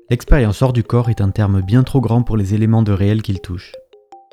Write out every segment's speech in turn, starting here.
L'expérience hors du corps est un terme bien trop grand pour les éléments de réel qu'il touche. Pourquoi ?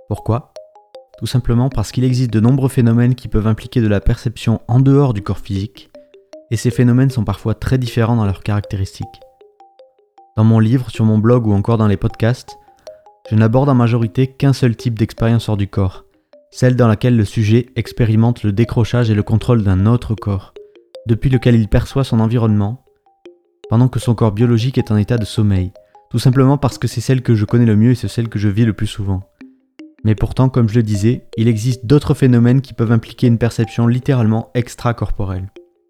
Tout simplement parce qu'il existe de nombreux phénomènes qui peuvent impliquer de la perception en dehors du corps physique, et ces phénomènes sont parfois très différents dans leurs caractéristiques. Dans mon livre, sur mon blog ou encore dans les podcasts, je n'aborde en majorité qu'un seul type d'expérience hors du corps, celle dans laquelle le sujet expérimente le décrochage et le contrôle d'un autre corps, depuis lequel il perçoit son environnement, pendant que son corps biologique est en état de sommeil, tout simplement parce que c'est celle que je connais le mieux et c'est celle que je vis le plus souvent. Mais pourtant, comme je le disais, il existe d'autres phénomènes qui peuvent impliquer une perception littéralement extracorporelle.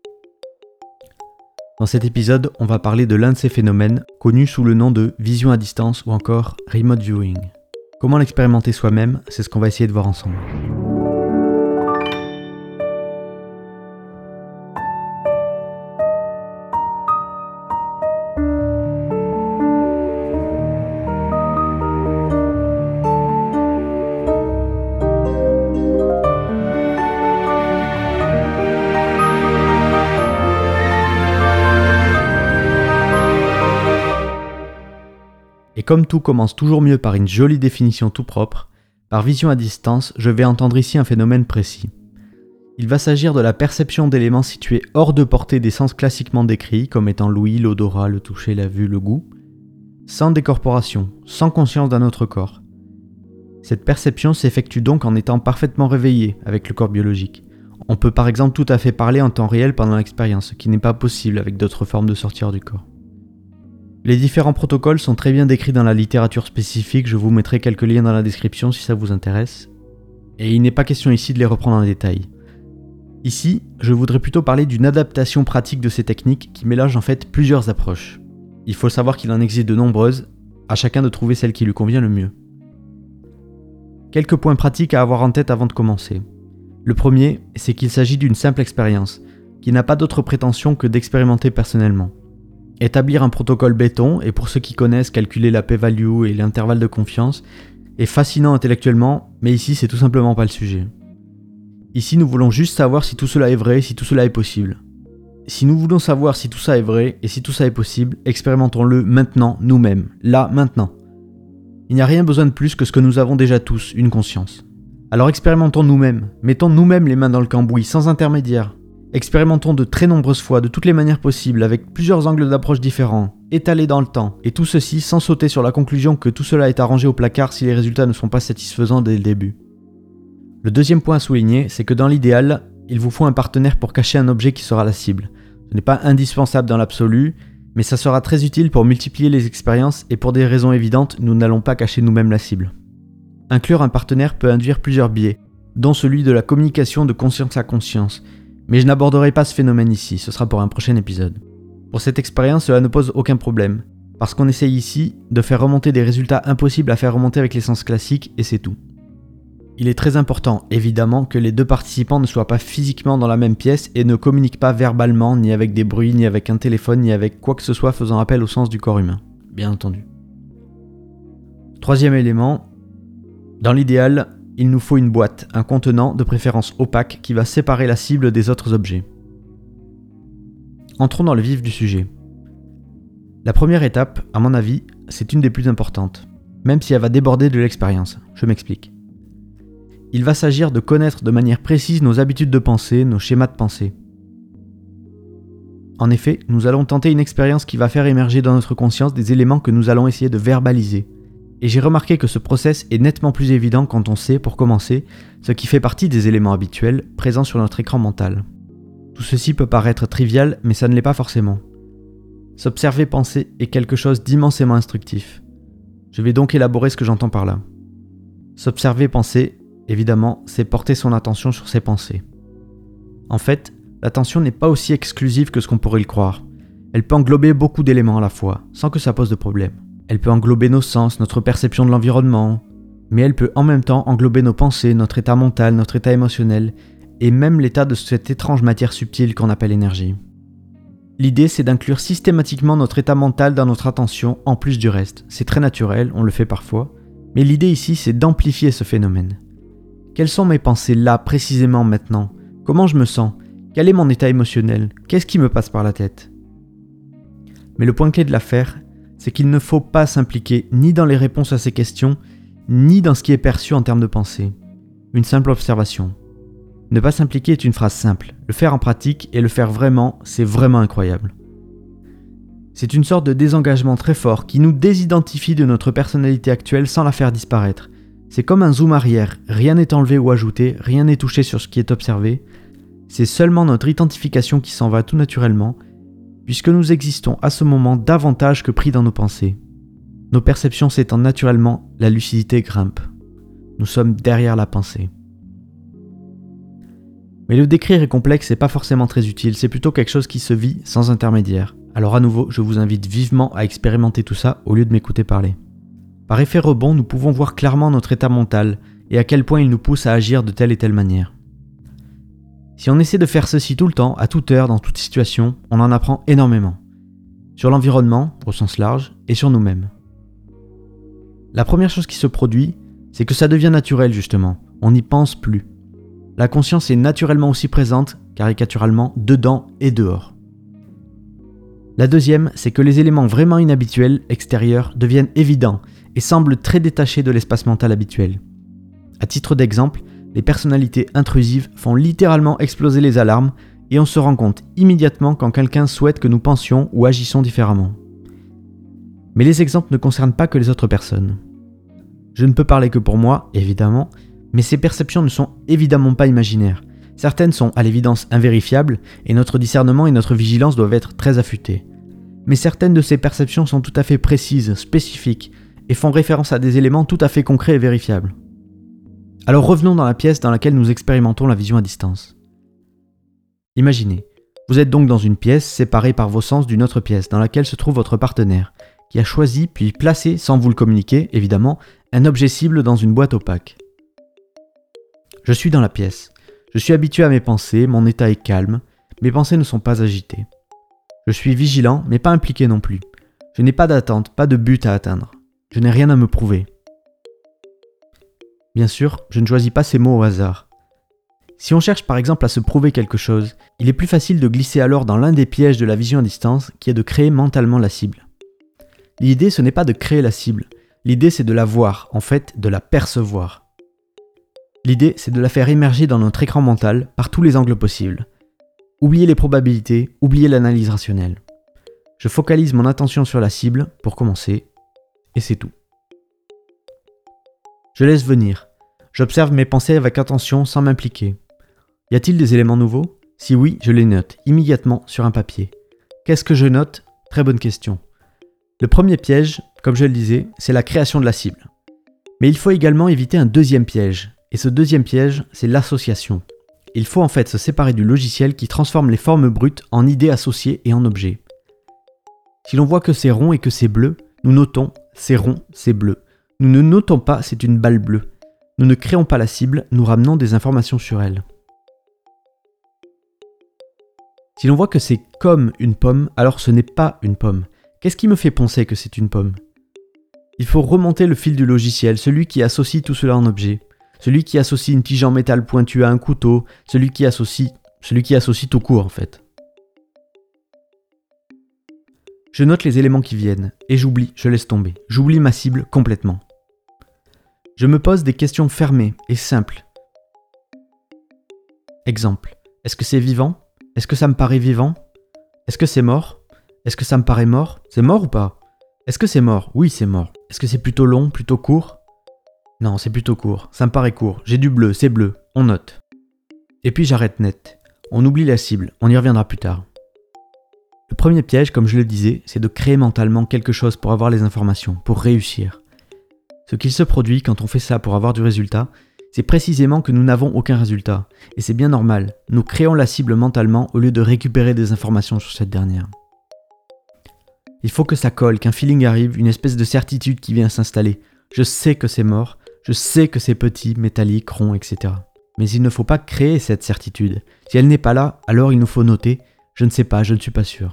Dans cet épisode, on va parler de l'un de ces phénomènes, connu sous le nom de vision à distance ou encore remote viewing. Comment l'expérimenter soi-même, c'est ce qu'on va essayer de voir ensemble. Et comme tout commence toujours mieux par une jolie définition tout propre, par vision à distance, je vais entendre ici un phénomène précis. Il va s'agir de la perception d'éléments situés hors de portée des sens classiquement décrits, comme étant l'ouïe, l'odorat, le toucher, la vue, le goût, sans décorporation, sans conscience d'un autre corps. Cette perception s'effectue donc en étant parfaitement réveillé avec le corps biologique. On peut par exemple tout à fait parler en temps réel pendant l'expérience, ce qui n'est pas possible avec d'autres formes de sortie hors du corps. Les différents protocoles sont très bien décrits dans la littérature spécifique, je vous mettrai quelques liens dans la description si ça vous intéresse. Et il n'est pas question ici de les reprendre en détail. Ici, je voudrais plutôt parler d'une adaptation pratique de ces techniques qui mélange en fait plusieurs approches. Il faut savoir qu'il en existe de nombreuses, à chacun de trouver celle qui lui convient le mieux. Quelques points pratiques à avoir en tête avant de commencer. Le premier, c'est qu'il s'agit d'une simple expérience, qui n'a pas d'autre prétention que d'expérimenter personnellement. Établir un protocole béton, et pour ceux qui connaissent, calculer la p-value et l'intervalle de confiance, est fascinant intellectuellement, mais ici c'est tout simplement pas le sujet. Ici nous voulons juste savoir si tout cela est vrai, si tout cela est possible. Si nous voulons savoir si tout ça est vrai, et si tout ça est possible, expérimentons-le maintenant, nous-mêmes, là, maintenant. Il n'y a rien besoin de plus que ce que nous avons déjà tous, une conscience. Alors expérimentons nous-mêmes, mettons nous-mêmes les mains dans le cambouis, sans intermédiaire. Expérimentons de très nombreuses fois, de toutes les manières possibles, avec plusieurs angles d'approche différents, étalés dans le temps, et tout ceci sans sauter sur la conclusion que tout cela est arrangé au placard si les résultats ne sont pas satisfaisants dès le début. Le deuxième point à souligner, c'est que dans l'idéal, il vous faut un partenaire pour cacher un objet qui sera la cible. Ce n'est pas indispensable dans l'absolu, mais ça sera très utile pour multiplier les expériences et pour des raisons évidentes, nous n'allons pas cacher nous-mêmes la cible. Inclure un partenaire peut induire plusieurs biais, dont celui de la communication de conscience à conscience, mais je n'aborderai pas ce phénomène ici, ce sera pour un prochain épisode. Pour cette expérience, cela ne pose aucun problème, parce qu'on essaye ici de faire remonter des résultats impossibles à faire remonter avec les sens classiques, et c'est tout. Il est très important, évidemment, que les deux participants ne soient pas physiquement dans la même pièce et ne communiquent pas verbalement, ni avec des bruits, ni avec un téléphone, ni avec quoi que ce soit faisant appel au sens du corps humain, bien entendu. Troisième élément, dans l'idéal, il nous faut une boîte, un contenant, de préférence opaque, qui va séparer la cible des autres objets. Entrons dans le vif du sujet. La première étape, à mon avis, c'est une des plus importantes, même si elle va déborder de l'expérience. Je m'explique. Il va s'agir de connaître de manière précise nos habitudes de pensée, nos schémas de pensée. En effet, nous allons tenter une expérience qui va faire émerger dans notre conscience des éléments que nous allons essayer de verbaliser. Et j'ai remarqué que ce process est nettement plus évident quand on sait, pour commencer, ce qui fait partie des éléments habituels présents sur notre écran mental. Tout ceci peut paraître trivial, mais ça ne l'est pas forcément. S'observer penser est quelque chose d'immensément instructif. Je vais donc élaborer ce que j'entends par là. S'observer penser, évidemment, c'est porter son attention sur ses pensées. En fait, l'attention n'est pas aussi exclusive que ce qu'on pourrait le croire. Elle peut englober beaucoup d'éléments à la fois, sans que ça pose de problème. Elle peut englober nos sens, notre perception de l'environnement, mais elle peut en même temps englober nos pensées, notre état mental, notre état émotionnel, et même l'état de cette étrange matière subtile qu'on appelle énergie. L'idée, c'est d'inclure systématiquement notre état mental dans notre attention, en plus du reste. C'est très naturel, on le fait parfois, mais l'idée ici, c'est d'amplifier ce phénomène. Quelles sont mes pensées là, précisément maintenant ? Comment je me sens ? Quel est mon état émotionnel ? Qu'est-ce qui me passe par la tête ? Mais le point clé de l'affaire, c'est qu'il ne faut pas s'impliquer ni dans les réponses à ces questions, ni dans ce qui est perçu en termes de pensée. Une simple observation. Ne pas s'impliquer est une phrase simple. Le faire en pratique et le faire vraiment, c'est vraiment incroyable. C'est une sorte de désengagement très fort qui nous désidentifie de notre personnalité actuelle sans la faire disparaître. C'est comme un zoom arrière, rien n'est enlevé ou ajouté, rien n'est touché sur ce qui est observé. C'est seulement notre identification qui s'en va tout naturellement, puisque nous existons à ce moment davantage que pris dans nos pensées. Nos perceptions s'étendent naturellement, la lucidité grimpe. Nous sommes derrière la pensée. Mais le décrire est complexe et pas forcément très utile, c'est plutôt quelque chose qui se vit sans intermédiaire. Alors à nouveau, je vous invite vivement à expérimenter tout ça au lieu de m'écouter parler. Par effet rebond, nous pouvons voir clairement notre état mental et à quel point il nous pousse à agir de telle et telle manière. Si on essaie de faire ceci tout le temps, à toute heure, dans toute situation, on en apprend énormément. Sur l'environnement, au sens large, et sur nous-mêmes. La première chose qui se produit, c'est que ça devient naturel justement, on n'y pense plus. La conscience est naturellement aussi présente, caricaturalement, dedans et dehors. La deuxième, c'est que les éléments vraiment inhabituels, extérieurs, deviennent évidents et semblent très détachés de l'espace mental habituel. À titre d'exemple, les personnalités intrusives font littéralement exploser les alarmes et on se rend compte immédiatement quand quelqu'un souhaite que nous pensions ou agissons différemment. Mais les exemples ne concernent pas que les autres personnes. Je ne peux parler que pour moi, évidemment, mais ces perceptions ne sont évidemment pas imaginaires. Certaines sont à l'évidence invérifiables et notre discernement et notre vigilance doivent être très affûtés. Mais certaines de ces perceptions sont tout à fait précises, spécifiques et font référence à des éléments tout à fait concrets et vérifiables. Alors revenons dans la pièce dans laquelle nous expérimentons la vision à distance. Imaginez, vous êtes donc dans une pièce séparée par vos sens d'une autre pièce dans laquelle se trouve votre partenaire, qui a choisi puis placé, sans vous le communiquer évidemment, un objet cible dans une boîte opaque. Je suis dans la pièce. Je suis habitué à mes pensées, mon état est calme, mes pensées ne sont pas agitées. Je suis vigilant, mais pas impliqué non plus. Je n'ai pas d'attente, pas de but à atteindre. Je n'ai rien à me prouver. Bien sûr, je ne choisis pas ces mots au hasard. Si on cherche par exemple à se prouver quelque chose, il est plus facile de glisser alors dans l'un des pièges de la vision à distance qui est de créer mentalement la cible. L'idée, ce n'est pas de créer la cible. L'idée, c'est de la voir, en fait, de la percevoir. L'idée, c'est de la faire émerger dans notre écran mental par tous les angles possibles. Oubliez les probabilités, oubliez l'analyse rationnelle. Je focalise mon attention sur la cible, pour commencer, et c'est tout. Je laisse venir. J'observe mes pensées avec attention sans m'impliquer. Y a-t-il des éléments nouveaux ? Si oui, je les note immédiatement sur un papier. Qu'est-ce que je note ? Très bonne question. Le premier piège, comme je le disais, c'est la création de la cible. Mais il faut également éviter un deuxième piège. Et ce deuxième piège, c'est l'association. Il faut en fait se séparer du logiciel qui transforme les formes brutes en idées associées et en objets. Si l'on voit que c'est rond et que c'est bleu, nous notons c'est rond, c'est bleu. Nous ne notons pas c'est une balle bleue. Nous ne créons pas la cible, nous ramenons des informations sur elle. Si l'on voit que c'est comme une pomme, alors ce n'est pas une pomme. Qu'est-ce qui me fait penser que c'est une pomme ? Il faut remonter le fil du logiciel, celui qui associe tout cela en objet. Celui qui associe une tige en métal pointue à un couteau, celui qui associe tout court en fait. Je note les éléments qui viennent, et j'oublie, je laisse tomber. J'oublie ma cible complètement. Je me pose des questions fermées et simples. Exemple, est-ce que c'est vivant ? Est-ce que ça me paraît vivant ? Est-ce que c'est mort ? Est-ce que ça me paraît mort ? C'est mort ou pas ? Est-ce que c'est mort ? Oui, c'est mort. Est-ce que c'est plutôt long, plutôt court ? Non, c'est plutôt court. Ça me paraît court. J'ai du bleu, c'est bleu. On note. Et puis j'arrête net. On oublie la cible. On y reviendra plus tard. Le premier piège, comme je le disais, c'est de créer mentalement quelque chose pour avoir les informations, pour réussir. Ce qu'il se produit quand on fait ça pour avoir du résultat, c'est précisément que nous n'avons aucun résultat. Et c'est bien normal. Nous créons la cible mentalement au lieu de récupérer des informations sur cette dernière. Il faut que ça colle, qu'un feeling arrive, une espèce de certitude qui vient s'installer. Je sais que c'est mort. Je sais que c'est petit, métallique, rond, etc. Mais il ne faut pas créer cette certitude. Si elle n'est pas là, alors il nous faut noter « je ne sais pas, je ne suis pas sûr ».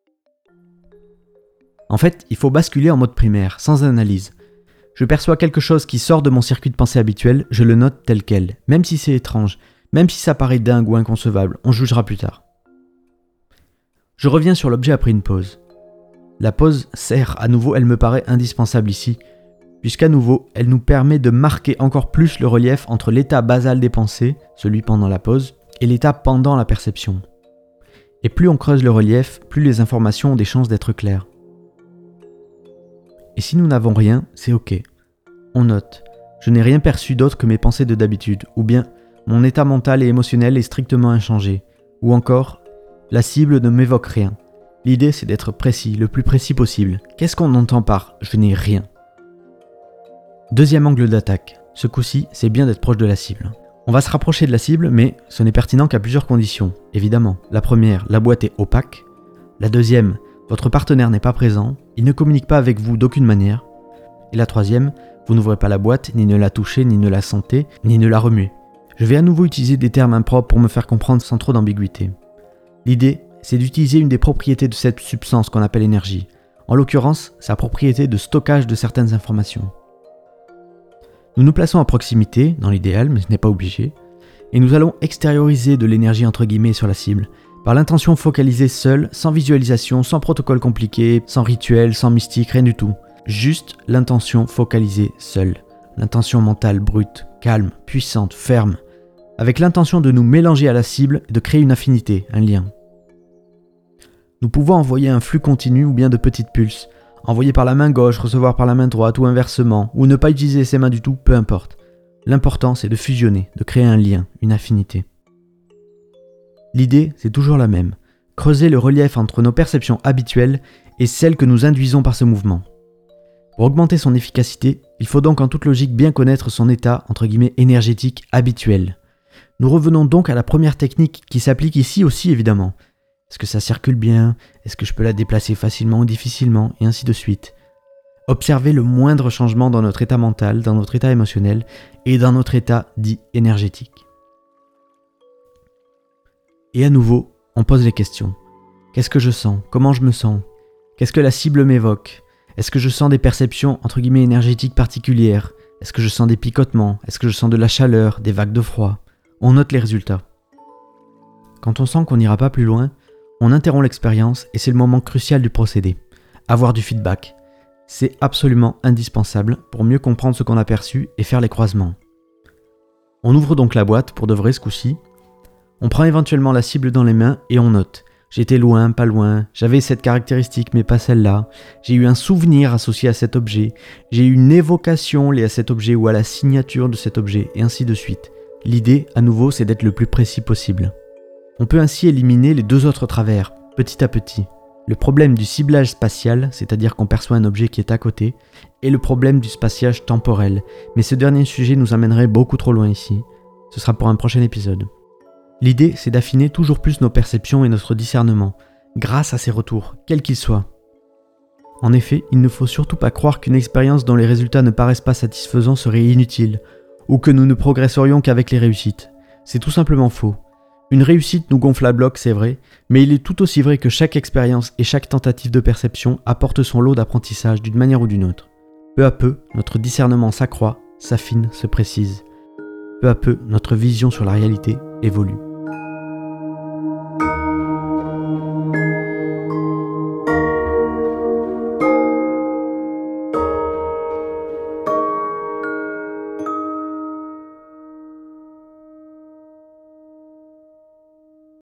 En fait, il faut basculer en mode primaire, sans analyse. Je perçois quelque chose qui sort de mon circuit de pensée habituel, je le note tel quel, même si c'est étrange, même si ça paraît dingue ou inconcevable, on jugera plus tard. Je reviens sur l'objet après une pause. La pause sert, à nouveau, elle me paraît indispensable ici, puisqu'à nouveau, elle nous permet de marquer encore plus le relief entre l'état basal des pensées, celui pendant la pause, et l'état pendant la perception. Et plus on creuse le relief, plus les informations ont des chances d'être claires. Et si nous n'avons rien, c'est ok. On note. Je n'ai rien perçu d'autre que mes pensées de d'habitude, ou bien mon état mental et émotionnel est strictement inchangé, ou encore, la cible ne m'évoque rien. L'idée c'est d'être précis, le plus précis possible. Qu'est-ce qu'on entend par « je n'ai rien » ? Deuxième angle d'attaque. Ce coup-ci, c'est bien d'être proche de la cible. On va se rapprocher de la cible, mais ce n'est pertinent qu'à plusieurs conditions. Évidemment, la première, la boîte est opaque. La deuxième, votre partenaire n'est pas présent, il ne communique pas avec vous d'aucune manière. Et la troisième, vous n'ouvrez pas la boîte, ni ne la touchez, ni ne la sentez, ni ne la remuez. Je vais à nouveau utiliser des termes impropres pour me faire comprendre sans trop d'ambiguïté. L'idée, c'est d'utiliser une des propriétés de cette substance qu'on appelle énergie. En l'occurrence, sa propriété de stockage de certaines informations. Nous nous plaçons à proximité, dans l'idéal, mais ce n'est pas obligé, et nous allons extérioriser de l'énergie entre guillemets sur la cible, par l'intention focalisée seule, sans visualisation, sans protocole compliqué, sans rituel, sans mystique, rien du tout. Juste l'intention focalisée seule. L'intention mentale brute, calme, puissante, ferme, avec l'intention de nous mélanger à la cible et de créer une affinité, un lien. Nous pouvons envoyer un flux continu ou bien de petites pulses, envoyer par la main gauche, recevoir par la main droite ou inversement, ou ne pas utiliser ses mains du tout, peu importe. L'important c'est de fusionner, de créer un lien, une affinité. L'idée c'est toujours la même, creuser le relief entre nos perceptions habituelles et celles que nous induisons par ce mouvement. Pour augmenter son efficacité, il faut donc en toute logique bien connaître son état, entre guillemets, énergétique habituel. Nous revenons donc à la première technique qui s'applique ici aussi évidemment. Est-ce que ça circule bien ? Est-ce que je peux la déplacer facilement ou difficilement ? Et ainsi de suite. Observez le moindre changement dans notre état mental, dans notre état émotionnel et dans notre état dit énergétique. Et à nouveau, on pose les questions. Qu'est-ce que je sens ? Comment je me sens ? Qu'est-ce que la cible m'évoque ? Est-ce que je sens des perceptions entre guillemets énergétiques particulières ? Est-ce que je sens des picotements ? Est-ce que je sens de la chaleur, des vagues de froid ? On note les résultats. Quand on sent qu'on n'ira pas plus loin, on interrompt l'expérience et c'est le moment crucial du procédé. Avoir du feedback. C'est absolument indispensable pour mieux comprendre ce qu'on a perçu et faire les croisements. On ouvre donc la boîte pour de vrai ce coup-ci. On prend éventuellement la cible dans les mains et on note. J'étais loin, pas loin, j'avais cette caractéristique mais pas celle-là, j'ai eu un souvenir associé à cet objet, j'ai eu une évocation liée à cet objet ou à la signature de cet objet, et ainsi de suite. L'idée, à nouveau, c'est d'être le plus précis possible. On peut ainsi éliminer les deux autres travers, petit à petit. Le problème du ciblage spatial, c'est-à-dire qu'on perçoit un objet qui est à côté, et le problème du spatiage temporel, mais ce dernier sujet nous amènerait beaucoup trop loin ici. Ce sera pour un prochain épisode. L'idée, c'est d'affiner toujours plus nos perceptions et notre discernement, grâce à ces retours, quels qu'ils soient. En effet, il ne faut surtout pas croire qu'une expérience dont les résultats ne paraissent pas satisfaisants serait inutile, ou que nous ne progresserions qu'avec les réussites. C'est tout simplement faux. Une réussite nous gonfle à bloc, c'est vrai, mais il est tout aussi vrai que chaque expérience et chaque tentative de perception apporte son lot d'apprentissage d'une manière ou d'une autre. Peu à peu, notre discernement s'accroît, s'affine, se précise. Peu à peu, notre vision sur la réalité évolue.